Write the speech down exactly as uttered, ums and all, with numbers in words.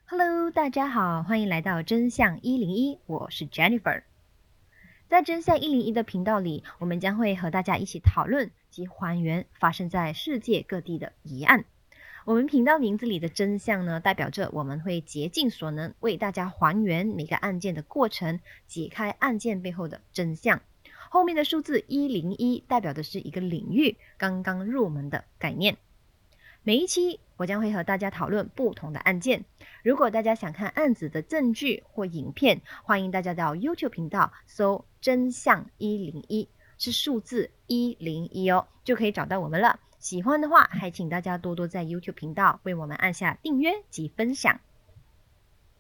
Hello，大家好，欢迎来到真相一零一，我是 Jennifer。在真相一零一的频道里，我们将会和大家一起讨论及还原发生在世界各地的疑案。我们频道名字里的真相呢，代表着我们会竭尽所能为大家还原每个案件的过程，解开案件背后的真相。后面的数字一零一代表的是一个领域刚刚入门的概念。每一期我将会和大家讨论不同的案件。如果大家想看案子的证据或影片，欢迎大家到 YouTube 频道搜真相一零一，是数字一零一哦，就可以找到我们了。喜欢的话，还请大家多多在 YouTube 频道为我们按下订阅及分享。